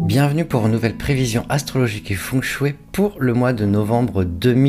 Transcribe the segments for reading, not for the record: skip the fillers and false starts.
Bienvenue pour une nouvelle prévision astrologique et feng shui pour le mois de novembre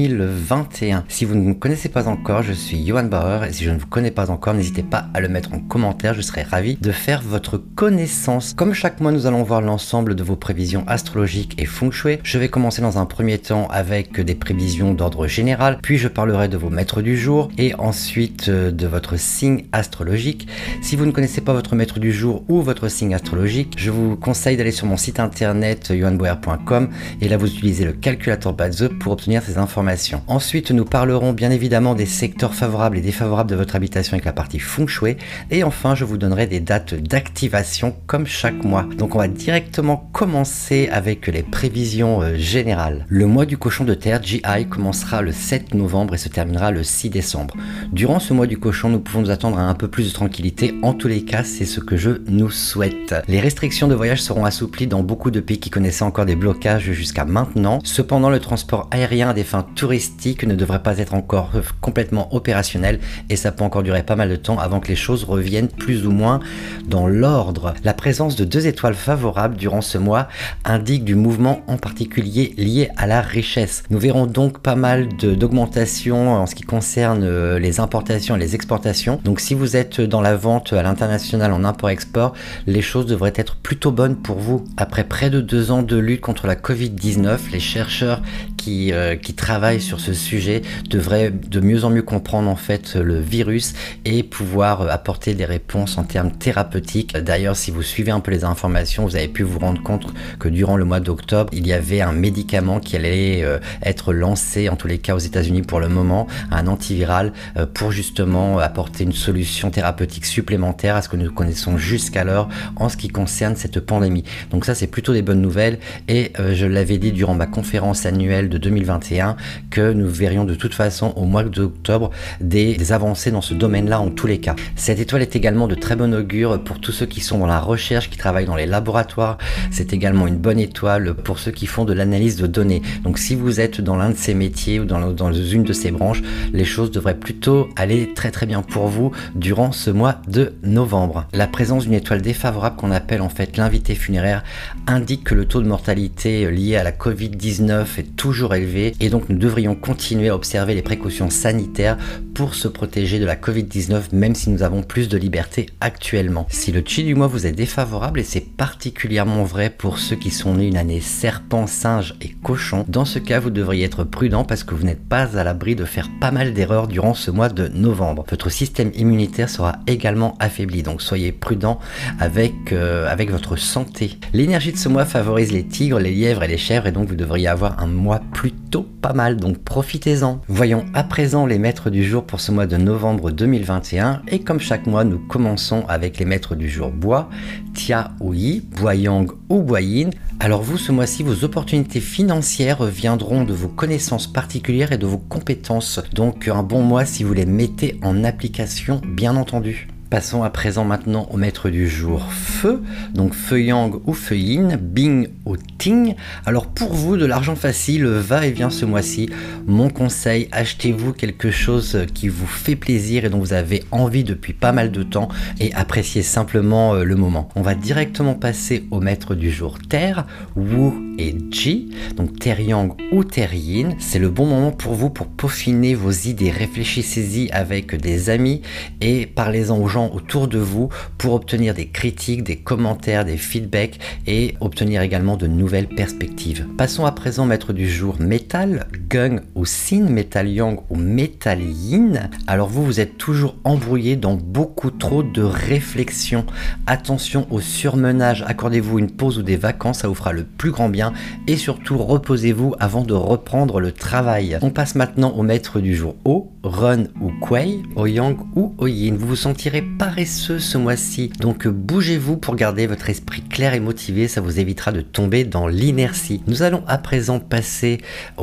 2021. Si vous ne me connaissez pas encore, je suis Johan Bauer et si je ne vous connais pas encore, n'hésitez pas à le mettre en commentaire, je serai ravi de faire votre connaissance. Comme chaque mois, nous allons voir l'ensemble de vos prévisions astrologiques et feng shui. Je vais commencer dans un premier temps avec des prévisions d'ordre général, puis je parlerai de vos maîtres du jour et ensuite de votre signe astrologique. Si vous ne connaissez pas votre maître du jour ou votre signe astrologique, je vous conseille d'aller sur mon site internet johanbauer.com et là vous utilisez le calculateur Bazeux pour obtenir ces informations. Ensuite nous parlerons bien évidemment des secteurs favorables et défavorables de votre habitation avec la partie feng shui et enfin je vous donnerai des dates d'activation comme chaque mois. Donc on va directement commencer avec les prévisions générales. Le mois du cochon de terre GI commencera le 7 novembre et se terminera le 6 décembre. Durant ce mois du cochon nous pouvons nous attendre à un peu plus de tranquillité, en tous les cas c'est ce que je nous souhaite. Les restrictions de voyage seront assouplies dans beaucoup de pays qui connaissaient encore des blocages jusqu'à maintenant. Cependant, le transport aérien à des fins touristiques ne devrait pas être encore complètement opérationnel et ça peut encore durer pas mal de temps avant que les choses reviennent plus ou moins dans l'ordre. La présence de 2 étoiles favorables durant ce mois indique du mouvement en particulier lié à la richesse. Nous verrons donc pas mal d'augmentation en ce qui concerne les importations et les exportations. Donc si vous êtes dans la vente à l'international en import-export, les choses devraient être plutôt bonnes pour vous. Après près de 2 ans de lutte contre la Covid-19, les chercheurs qui travaillent sur ce sujet devraient de mieux en mieux comprendre en fait le virus et pouvoir apporter des réponses en termes thérapeutiques. D'ailleurs, si vous suivez un peu les informations, vous avez pu vous rendre compte que durant le mois d'octobre, il y avait un médicament qui allait être lancé, en tous les cas aux États-Unis pour le moment, un antiviral pour justement apporter une solution thérapeutique supplémentaire à ce que nous connaissons jusqu'alors en ce qui concerne cette pandémie. Donc ça c'est plutôt des bonnes nouvelles et je l'avais dit durant ma conférence annuelle de 2021 que nous verrions de toute façon au mois d'octobre des avancées dans ce domaine-là en tous les cas. Cette étoile est également de très bon augure pour tous ceux qui sont dans la recherche, qui travaillent dans les laboratoires. C'est également une bonne étoile pour ceux qui font de l'analyse de données. Donc si vous êtes dans l'un de ces métiers ou dans une de ces branches, les choses devraient plutôt aller très très bien pour vous durant ce mois de novembre. La présence d'une étoile défavorable qu'on appelle en fait l'invité funéraire indique que le taux de mortalité lié à la Covid-19 est toujours élevé et donc nous devrions continuer à observer les précautions sanitaires pour se protéger de la Covid-19 même si nous avons plus de liberté actuellement. Si le chi du mois vous est défavorable et c'est particulièrement vrai pour ceux qui sont nés une année serpent, singe et cochon, dans ce cas vous devriez être prudent parce que vous n'êtes pas à l'abri de faire pas mal d'erreurs durant ce mois de novembre. Votre système immunitaire sera également affaibli donc soyez prudent avec votre santé. L'énergie de ce mois favorise les tigres, les lièvres et les chèvres et donc vous devriez avoir un mois plutôt pas mal, donc profitez-en. Voyons à présent les maîtres du jour pour ce mois de novembre 2021 et comme chaque mois nous commençons avec les maîtres du jour bois, Tia ou Yi, Bois Yang ou Bois Yin. Alors vous ce mois-ci vos opportunités financières viendront de vos connaissances particulières et de vos compétences, donc un bon mois si vous les mettez en application bien entendu. Passons à présent maintenant au maître du jour Feu, donc Feu Yang ou Feu Yin, Bing ou Ting. Alors pour vous, de l'argent facile va et vient ce mois-ci. Mon conseil, achetez-vous quelque chose qui vous fait plaisir et dont vous avez envie depuis pas mal de temps et appréciez simplement le moment. On va directement passer au maître du jour Terre, Wu et Ji, donc Terre Yang ou Terre Yin. C'est le bon moment pour vous pour peaufiner vos idées, réfléchissez-y avec des amis et parlez-en aux gens autour de vous pour obtenir des critiques, des commentaires, des feedbacks et obtenir également de nouvelles perspectives. Passons à présent maître du jour métal, Gung ou Sin, métal Yang ou métal Yin. Alors vous êtes toujours embrouillé dans beaucoup trop de réflexions. Attention au surmenage, accordez-vous une pause ou des vacances, ça vous fera le plus grand bien et surtout reposez-vous avant de reprendre le travail. On passe maintenant au maître du jour O, Run ou Kuei, O Yang ou O Yin. Vous vous sentirez paresseux ce mois-ci, donc bougez-vous pour garder votre esprit clair et motivé, ça vous évitera de tomber dans l'inertie. Nous allons à présent passer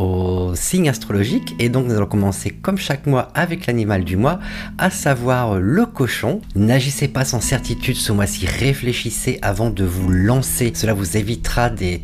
au signe astrologique et donc nous allons commencer comme chaque mois avec l'animal du mois, à savoir le cochon. N'agissez pas sans certitude ce mois-ci, réfléchissez avant de vous lancer, cela vous évitera des tensions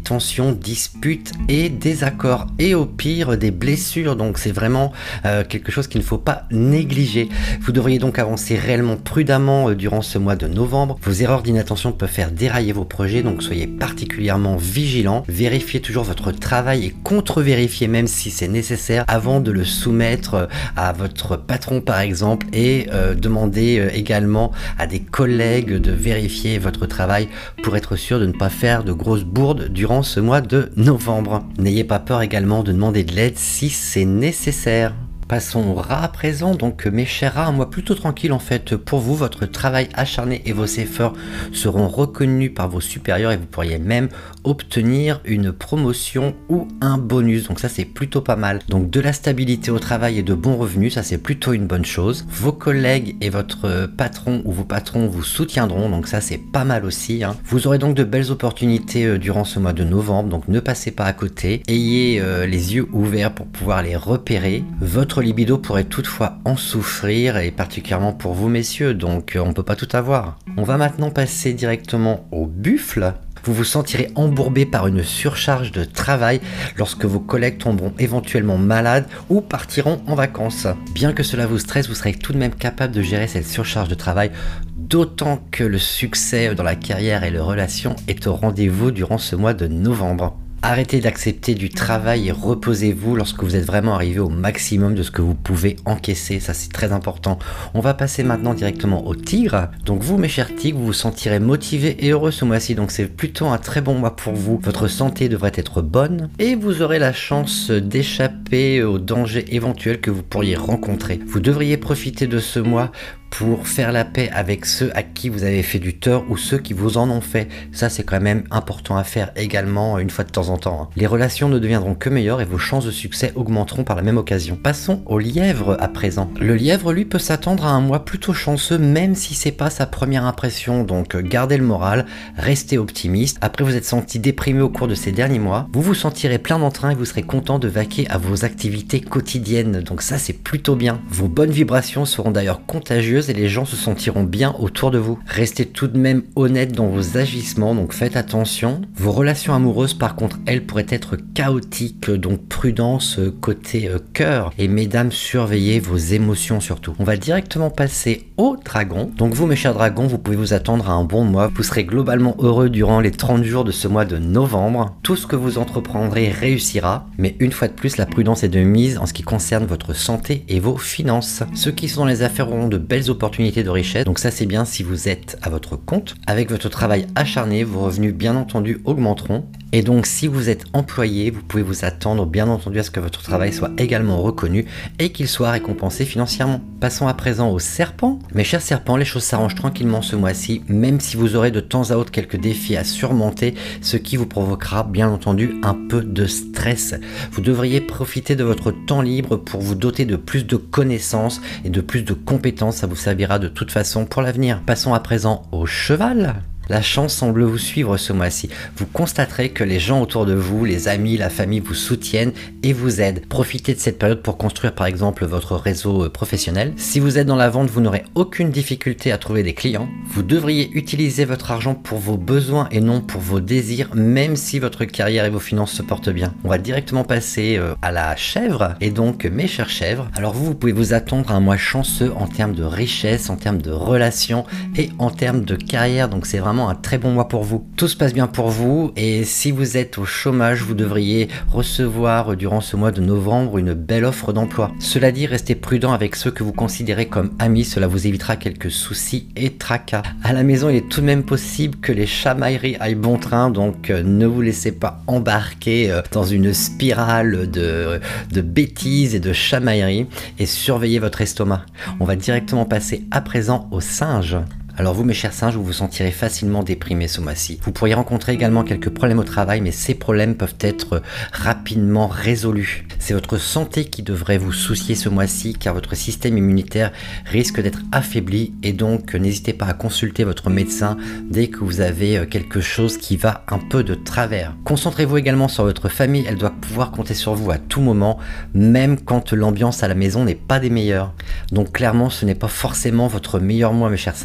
tensions, disputes et désaccords. Et au pire, des blessures. Donc c'est vraiment quelque chose qu'il ne faut pas négliger. Vous devriez donc avancer réellement prudemment durant ce mois de novembre. Vos erreurs d'inattention peuvent faire dérailler vos projets, donc soyez particulièrement vigilants. Vérifiez toujours votre travail et contre-vérifiez même si c'est nécessaire avant de le soumettre à votre patron par exemple, et demandez également à des collègues de vérifier votre travail pour être sûr de ne pas faire de grosses bourdes durant ce mois de novembre. N'ayez pas peur également de demander de l'aide si c'est nécessaire. Passons au rat à présent. Donc mes chers rats, un mois plutôt tranquille en fait pour vous. Votre travail acharné et vos efforts seront reconnus par vos supérieurs et vous pourriez même obtenir une promotion ou un bonus. Donc ça c'est plutôt pas mal. Donc de la stabilité au travail et de bons revenus, ça c'est plutôt une bonne chose. Vos collègues et votre patron ou vos patrons vous soutiendront, donc ça c'est pas mal aussi. Vous aurez donc de belles opportunités durant ce mois de novembre, donc ne passez pas à côté. Ayez les yeux ouverts pour pouvoir les repérer. Votre libido pourrait toutefois en souffrir, et particulièrement pour vous messieurs, donc on peut pas tout avoir. On va maintenant passer directement au buffle. Vous vous sentirez embourbé par une surcharge de travail lorsque vos collègues tomberont éventuellement malades ou partiront en vacances. Bien que cela vous stresse, vous serez tout de même capable de gérer cette surcharge de travail, d'autant que le succès dans la carrière et les relations est au rendez-vous durant ce mois de novembre. Arrêtez d'accepter du travail et reposez-vous lorsque vous êtes vraiment arrivé au maximum de ce que vous pouvez encaisser, ça c'est très important. On va passer maintenant directement au tigre. Donc vous mes chers tigres, vous vous sentirez motivé et heureux ce mois-ci, donc c'est plutôt un très bon mois pour vous. Votre santé devrait être bonne et vous aurez la chance d'échapper aux dangers éventuels que vous pourriez rencontrer. Vous devriez profiter de ce mois pour faire la paix avec ceux à qui vous avez fait du tort ou ceux qui vous en ont fait. Ça c'est quand même important à faire également une fois de temps en temps. Les relations ne deviendront que meilleures et vos chances de succès augmenteront par la même occasion. Passons au lièvre à présent. Le lièvre lui peut s'attendre à un mois plutôt chanceux même si c'est pas sa première impression, donc gardez le moral, restez optimiste. Après vous êtes senti déprimé au cours de ces derniers mois, vous vous sentirez plein d'entrain et vous serez content de vaquer à vos activités quotidiennes, donc ça c'est plutôt bien. Vos bonnes vibrations seront d'ailleurs contagieuses et les gens se sentiront bien autour de vous. Restez tout de même honnête dans vos agissements, donc faites attention. Vos relations amoureuses par contre, elles pourraient être chaotiques, donc prudence côté cœur. Et mesdames, surveillez vos émotions surtout. On va directement passer au dragon. Donc vous mes chers dragons, vous pouvez vous attendre à un bon mois. Vous serez globalement heureux durant les 30 jours de ce mois de novembre. Tout ce que vous entreprendrez réussira, mais une fois de plus, la prudence est de mise en ce qui concerne votre santé et vos finances. Ceux qui sont dans les affaires auront de belles opportunités de richesse, donc ça c'est bien si vous êtes à votre compte. Avec votre travail acharné, vos revenus bien entendu augmenteront. Et donc si vous êtes employé, vous pouvez vous attendre bien entendu à ce que votre travail soit également reconnu et qu'il soit récompensé financièrement. Passons à présent aux serpents. Mes chers serpents, les choses s'arrangent tranquillement ce mois-ci, même si vous aurez de temps à autre quelques défis à surmonter, ce qui vous provoquera bien entendu un peu de stress. Vous devriez profiter de votre temps libre pour vous doter de plus de connaissances et de plus de compétences, ça vous servira de toute façon pour l'avenir. Passons à présent au cheval. La chance semble vous suivre ce mois-ci. Vous constaterez que les gens autour de vous, les amis, la famille vous soutiennent et vous aident. Profitez de cette période pour construire par exemple votre réseau professionnel. Si vous êtes dans la vente, vous n'aurez aucune difficulté à trouver des clients. Vous devriez utiliser votre argent pour vos besoins et non pour vos désirs, même si votre carrière et vos finances se portent bien. On va directement passer à la chèvre. Et donc mes chères chèvres, alors vous pouvez vous attendre à un mois chanceux en termes de richesse, en termes de relations et en termes de carrière. Donc c'est vraiment un très bon mois pour vous. Tout se passe bien pour vous et si vous êtes au chômage, vous devriez recevoir durant ce mois de novembre une belle offre d'emploi. Cela dit, restez prudent avec ceux que vous considérez comme amis, cela vous évitera quelques soucis et tracas. À la maison, il est tout de même possible que les chamailleries aillent bon train, donc ne vous laissez pas embarquer dans une spirale de bêtises et de chamailleries et surveillez votre estomac. On va directement passer à présent aux singes. Alors vous mes chers singes, vous vous sentirez facilement déprimé ce mois-ci. Vous pourriez rencontrer également quelques problèmes au travail, mais ces problèmes peuvent être rapidement résolus. C'est votre santé qui devrait vous soucier ce mois-ci, car votre système immunitaire risque d'être affaibli et donc n'hésitez pas à consulter votre médecin dès que vous avez quelque chose qui va un peu de travers. Concentrez-vous également sur votre famille, elle doit pouvoir compter sur vous à tout moment, même quand l'ambiance à la maison n'est pas des meilleures. Donc clairement, ce n'est pas forcément votre meilleur mois mes chers singes. Passons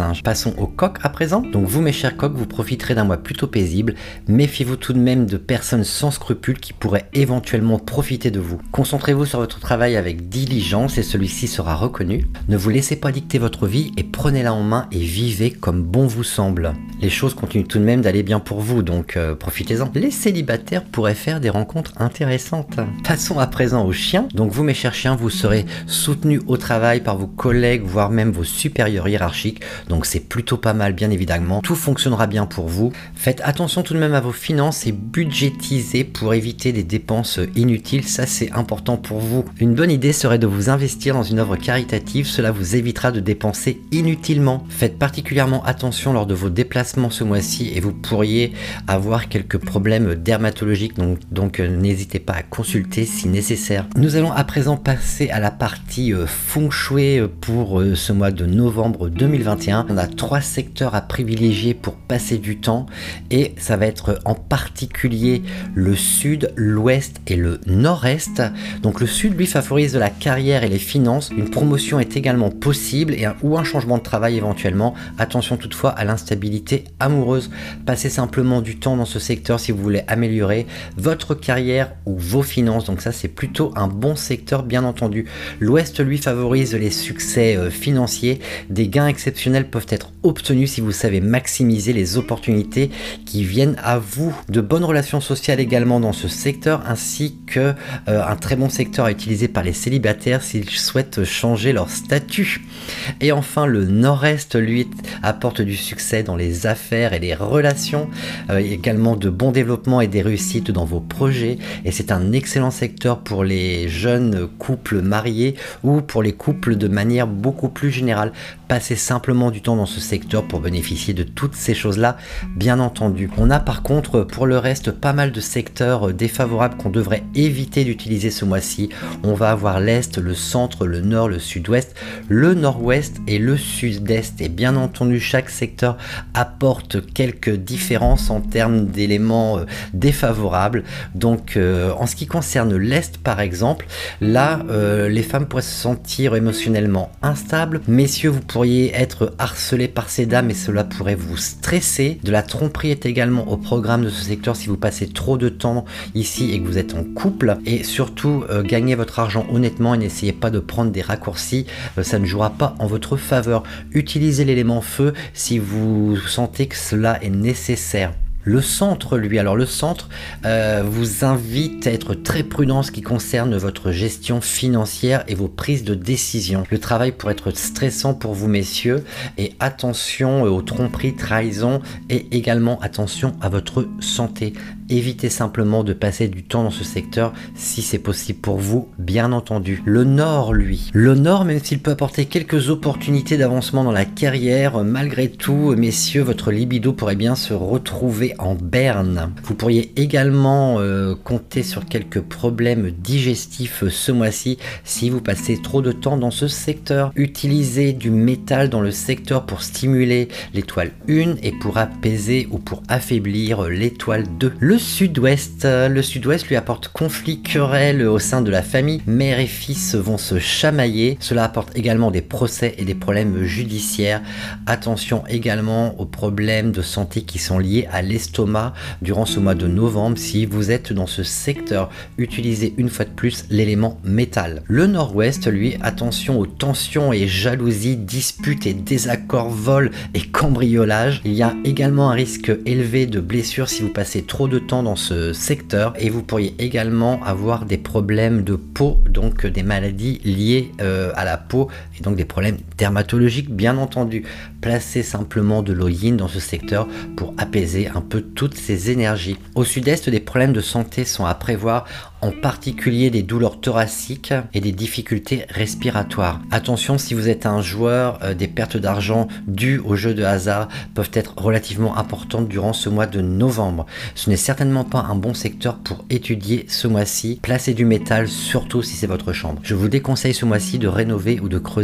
passons au coq à présent. Donc vous mes chers coqs, vous profiterez d'un mois plutôt paisible. Méfiez-vous tout de même de personnes sans scrupules qui pourraient éventuellement profiter de vous. Concentrez-vous sur votre travail avec diligence et celui-ci sera reconnu. Ne vous laissez pas dicter votre vie et prenez-la en main et vivez comme bon vous semble. Les choses continuent tout de même d'aller bien pour vous, donc profitez-en. Les célibataires pourraient faire des rencontres intéressantes. Passons à présent aux chiens. Donc vous mes chers chiens, vous serez soutenus au travail par vos collègues, voire même vos supérieurs hiérarchiques. Donc c'est plutôt pas mal bien évidemment. Tout fonctionnera bien pour vous. Faites attention tout de même à vos finances et budgétisez pour éviter des dépenses inutiles. Ça c'est important pour vous. Une bonne idée serait de vous investir dans une œuvre caritative. Cela vous évitera de dépenser inutilement. Faites particulièrement attention lors de vos déplacements ce mois-ci et vous pourriez avoir quelques problèmes dermatologiques. Donc n'hésitez pas à consulter si nécessaire. Nous allons à présent passer à la partie feng shui pour ce mois de novembre 2021. On a 3 secteurs à privilégier pour passer du temps et ça va être en particulier le sud, l'ouest et le nord-est. Donc le sud lui favorise la carrière et les finances. Une promotion est également possible ou un changement de travail éventuellement. Attention toutefois à l'instabilité amoureuse. Passez simplement du temps dans ce secteur si vous voulez améliorer votre carrière ou vos finances. Donc ça c'est plutôt un bon secteur bien entendu. L'ouest lui favorise les succès financiers. Des gains exceptionnels peuvent être obtenus si vous savez maximiser les opportunités qui viennent à vous. De bonnes relations sociales également dans ce secteur ainsi que un très bon secteur à utiliser par les célibataires s'ils souhaitent changer leur statut. Et enfin le nord-est lui apporte du succès dans les affaires et les relations, également de bons développements et des réussites dans vos projets et c'est un excellent secteur pour les jeunes couples mariés ou pour les couples de manière beaucoup plus générale. Passez simplement du temps dans ce secteur pour bénéficier de toutes ces choses-là, bien entendu. On a par contre pour le reste pas mal de secteurs défavorables qu'on devrait éviter d'utiliser ce mois-ci. On va avoir l'Est, le centre, le nord, le sud-ouest, le nord-ouest et le sud-est. Et bien entendu, chaque secteur apporte quelques différences en termes d'éléments défavorables. Donc en ce qui concerne l'Est par exemple, là les femmes pourraient se sentir émotionnellement instables. Messieurs, vous pourriez être harcelé par ces dames et cela pourrait vous stresser. De la tromperie est également au programme de ce secteur si vous passez trop de temps ici et que vous êtes en couple. Et surtout, gagnez votre argent honnêtement et n'essayez pas de prendre des raccourcis. Ça ne jouera pas en votre faveur. Utilisez l'élément feu si vous sentez que cela est nécessaire. Le centre, lui, alors le centre vous invite à être très prudent en ce qui concerne votre gestion financière et vos prises de décision. Le travail pourrait être stressant pour vous, messieurs, et attention aux tromperies, trahisons et également attention à votre santé. Évitez simplement de passer du temps dans ce secteur si c'est possible pour vous, bien entendu. Le nord, lui. Le nord, même s'il peut apporter quelques opportunités d'avancement dans la carrière, malgré tout, messieurs, votre libido pourrait bien se retrouver en berne. Vous pourriez également compter sur quelques problèmes digestifs ce mois-ci si vous passez trop de temps dans ce secteur. Utilisez du métal dans le secteur pour stimuler l'étoile 1 et pour apaiser ou pour affaiblir l'étoile 2. Le sud-ouest lui apporte conflit, querelle au sein de la famille. Mère et fils vont se chamailler. Cela apporte également des procès et des problèmes judiciaires. Attention également aux problèmes de santé qui sont liés à l'estomac durant ce mois de novembre. Si vous êtes dans ce secteur, utilisez une fois de plus l'élément métal. Le nord-ouest, lui, attention aux tensions et jalousies, disputes et désaccords, vols et cambriolages. Il y a également un risque élevé de blessures si vous passez trop de temps dans ce secteur et vous pourriez également avoir des problèmes de peau, donc des maladies liées à la peau et donc des problèmes dermatologiques bien entendu. Placez simplement de l'eau yin dans ce secteur pour apaiser un peu toutes ces énergies. Au sud-est, des problèmes de santé sont à prévoir, en particulier des douleurs thoraciques et des difficultés respiratoires. Attention, si vous êtes un joueur, des pertes d'argent dues au jeu de hasard peuvent être relativement importantes durant ce mois de novembre. Ce n'est certainement pas un bon secteur pour étudier ce mois-ci. Placez du métal, surtout si c'est votre chambre. Je vous déconseille ce mois-ci de rénover ou de creuser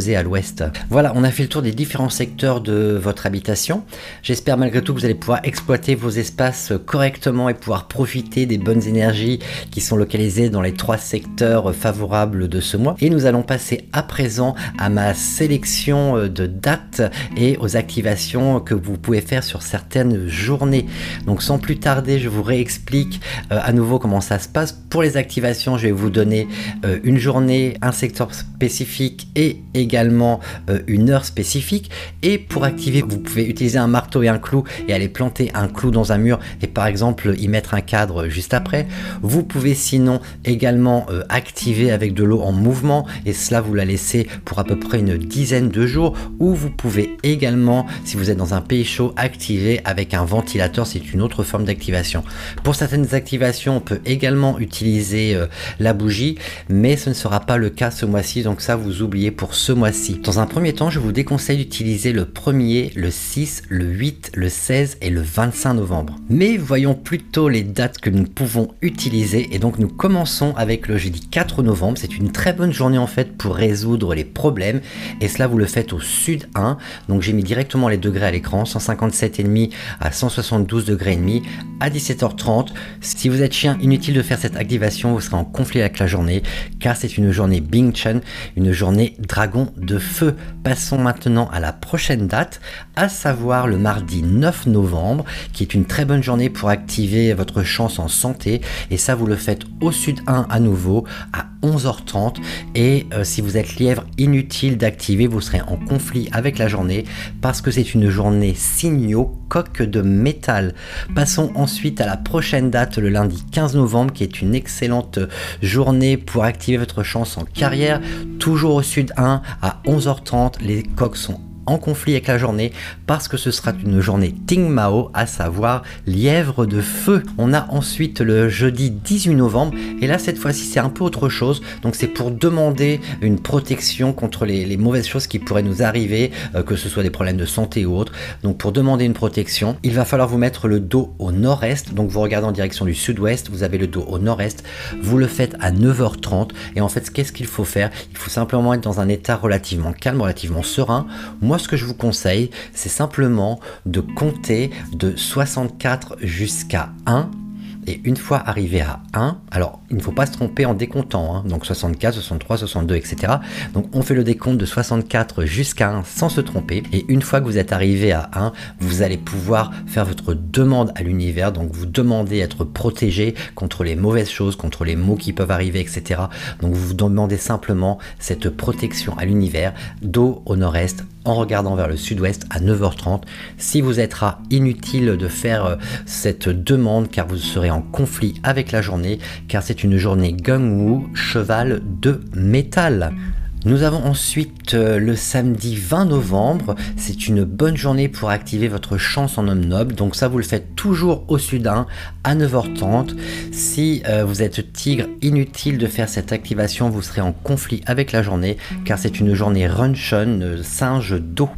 opposé à l'ouest. Voilà, on a fait le tour des différents secteurs de votre habitation. J'espère malgré tout que vous allez pouvoir exploiter vos espaces correctement et pouvoir profiter des bonnes énergies qui sont localisées dans les 3 secteurs favorables de ce mois. Et nous allons passer à présent à ma sélection de dates et aux activations que vous pouvez faire sur certaines journées. Donc sans plus tarder, je vous réexplique à nouveau comment ça se passe. Pour les activations, je vais vous donner une journée, un secteur spécifique et également une heure spécifique. Et pour activer, vous pouvez utiliser un marteau et un clou et aller planter un clou dans un mur et par exemple y mettre un cadre juste après. Vous pouvez sinon également activer avec de l'eau en mouvement et cela vous la laissez pour à peu près une dizaine de jours, ou vous pouvez également, si vous êtes dans un pays chaud, activer avec un ventilateur, c'est une autre forme d'activation. Pour certaines activations, on peut également utiliser la bougie, mais ce ne sera pas le cas ce mois-ci, donc ça vous oubliez pour ce mois-ci. Dans un premier temps, je vous déconseille d'utiliser le 1er, le 6, le 8, le 16 et le 25 novembre. Mais voyons plutôt les dates que nous pouvons utiliser, et donc nous commençons avec le jeudi 4 novembre. C'est une très bonne journée en fait pour résoudre les problèmes, et cela vous le faites au sud 1, donc j'ai mis directement les degrés à l'écran, 157,5 à 172 degrés et demi à 17h30. Si vous êtes chien, inutile de faire cette activation, vous serez en conflit avec la journée car c'est une journée Bing Chen, une journée dragon de feu. Passons maintenant à la prochaine date, à savoir le mardi 9 novembre, qui est une très bonne journée pour activer votre chance en santé, et ça vous le faites au sud 1 à nouveau à 11h30. Et si vous êtes lièvre, inutile d'activer, vous serez en conflit avec la journée parce que c'est une journée signaux coque de métal. Passons ensuite à la prochaine date, le lundi 15 novembre, qui est une excellente journée pour activer votre chance en carrière, toujours au sud 1 à 11h30. Les coques sont en conflit avec la journée parce que ce sera une journée Ting Mao, à savoir lièvre de feu. On a ensuite le jeudi 18 novembre et là cette fois-ci c'est un peu autre chose, donc c'est pour demander une protection contre les mauvaises choses qui pourraient nous arriver, que ce soit des problèmes de santé ou autres. Donc pour demander une protection, il va falloir vous mettre le dos au nord-est, donc vous regardez en direction du sud-ouest, vous avez le dos au nord-est, vous le faites à 9h30 et en fait qu'est-ce qu'il faut faire? Il faut simplement être dans un état relativement calme, relativement serein. Moi ce que je vous conseille, c'est simplement de compter de 64 jusqu'à 1. Et une fois arrivé à 1, alors il ne faut pas se tromper en décomptant, hein, donc 64, 63, 62, etc. Donc on fait le décompte de 64 jusqu'à 1 sans se tromper. Et une fois que vous êtes arrivé à 1, vous allez pouvoir faire votre demande à l'univers. Donc vous demandez à être protégé contre les mauvaises choses, contre les maux qui peuvent arriver, etc. Donc vous demandez simplement cette protection à l'univers, dos au nord-est, en regardant vers le sud-ouest à 9h30. Si vous êtes rat, inutile de faire cette demande car vous serez en conflit avec la journée, car c'est une journée Gung-Wu, cheval de métal. Nous avons ensuite le samedi 20 novembre, c'est une bonne journée pour activer votre chance en homme noble, donc ça vous le faites toujours au sud 1 à 9h30. Si vous êtes tigre, inutile de faire cette activation, vous serez en conflit avec la journée, car c'est une journée Runshun, singe d'eau.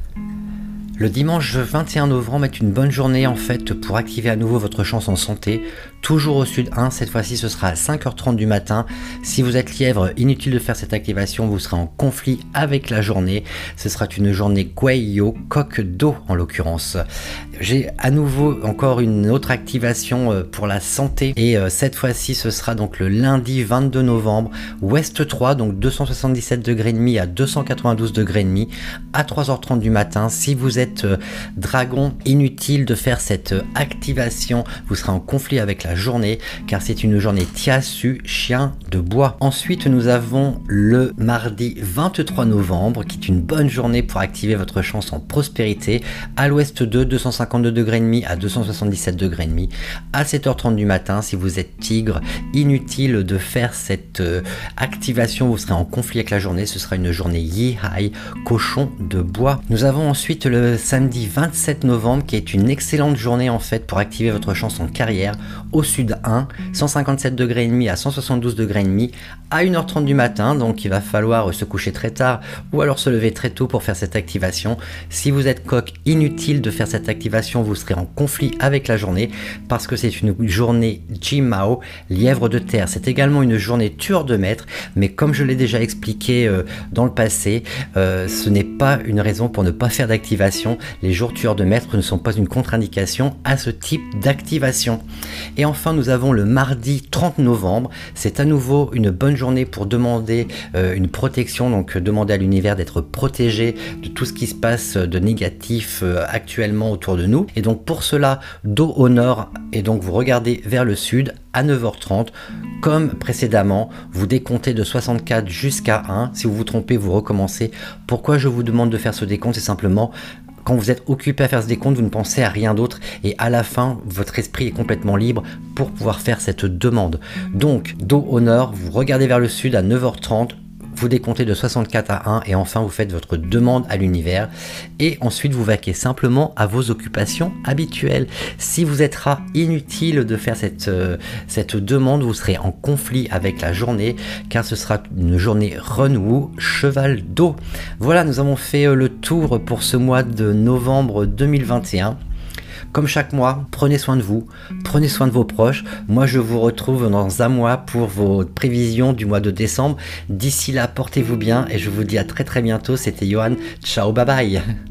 Le dimanche 21 novembre est une bonne journée en fait pour activer à nouveau votre chance en santé, toujours au sud 1, cette fois-ci ce sera à 5h30 du matin. Si vous êtes lièvre, inutile de faire cette activation, vous serez en conflit avec la journée, ce sera une journée Guayo, coque d'eau en l'occurrence. J'ai à nouveau encore une autre activation pour la santé et cette fois-ci ce sera donc le lundi 22 novembre, ouest 3, donc 277 degrés et demi à 292 degrés et demi à 3h30 du matin. Si vous êtes dragon, inutile de faire cette activation, vous serez en conflit avec la journée car c'est une journée Tiasu, chien de bois. Ensuite nous avons le mardi 23 novembre qui est une bonne journée pour activer votre chance en prospérité, à l'ouest 2, 252 degrés et demi à 277 degrés et demi à 7h30 du matin. Si vous êtes tigre, inutile de faire cette activation, vous serez en conflit avec la journée, ce sera une journée Yihai, cochon de bois. Nous avons ensuite le le samedi 27 novembre qui est une excellente journée en fait pour activer votre chance en carrière au sud 1, 157 degrés et demi à 172 degrés et demi à 1h30 du matin, donc il va falloir se coucher très tard ou alors se lever très tôt pour faire cette activation. Si vous êtes coq, inutile de faire cette activation, vous serez en conflit avec la journée parce que c'est une journée Jimao, lièvre de terre. C'est également une journée tueur de maître, mais comme je l'ai déjà expliqué dans le passé, ce n'est pas une raison pour ne pas faire d'activation. Les jours tueurs de maître ne sont pas une contre-indication à ce type d'activation. Et enfin, nous avons le mardi 30 novembre. C'est à nouveau une bonne journée pour demander une protection, donc demander à l'univers d'être protégé de tout ce qui se passe de négatif actuellement autour de nous. Et donc pour cela, dos au nord, et donc vous regardez vers le sud à 9h30. Comme précédemment, vous décomptez de 64 jusqu'à 1. Si vous vous trompez, vous recommencez. Pourquoi je vous demande de faire ce décompte? C'est simplement quand vous êtes occupé à faire ce décompte, vous ne pensez à rien d'autre et à la fin, votre esprit est complètement libre pour pouvoir faire cette demande. Donc, dos au nord, vous regardez vers le sud à 9h30. Vous décomptez de 64 à 1 et enfin vous faites votre demande à l'univers et ensuite vous vaquez simplement à vos occupations habituelles. Si vous êtes rat, inutile de faire cette demande, vous serez en conflit avec la journée car ce sera une journée Renwu, cheval d'eau. Voilà, nous avons fait le tour pour ce mois de novembre 2021. Comme chaque mois, prenez soin de vous, prenez soin de vos proches. Moi, je vous retrouve dans un mois pour vos prévisions du mois de décembre. D'ici là, portez-vous bien et je vous dis à très bientôt. C'était Johan. Ciao, bye bye.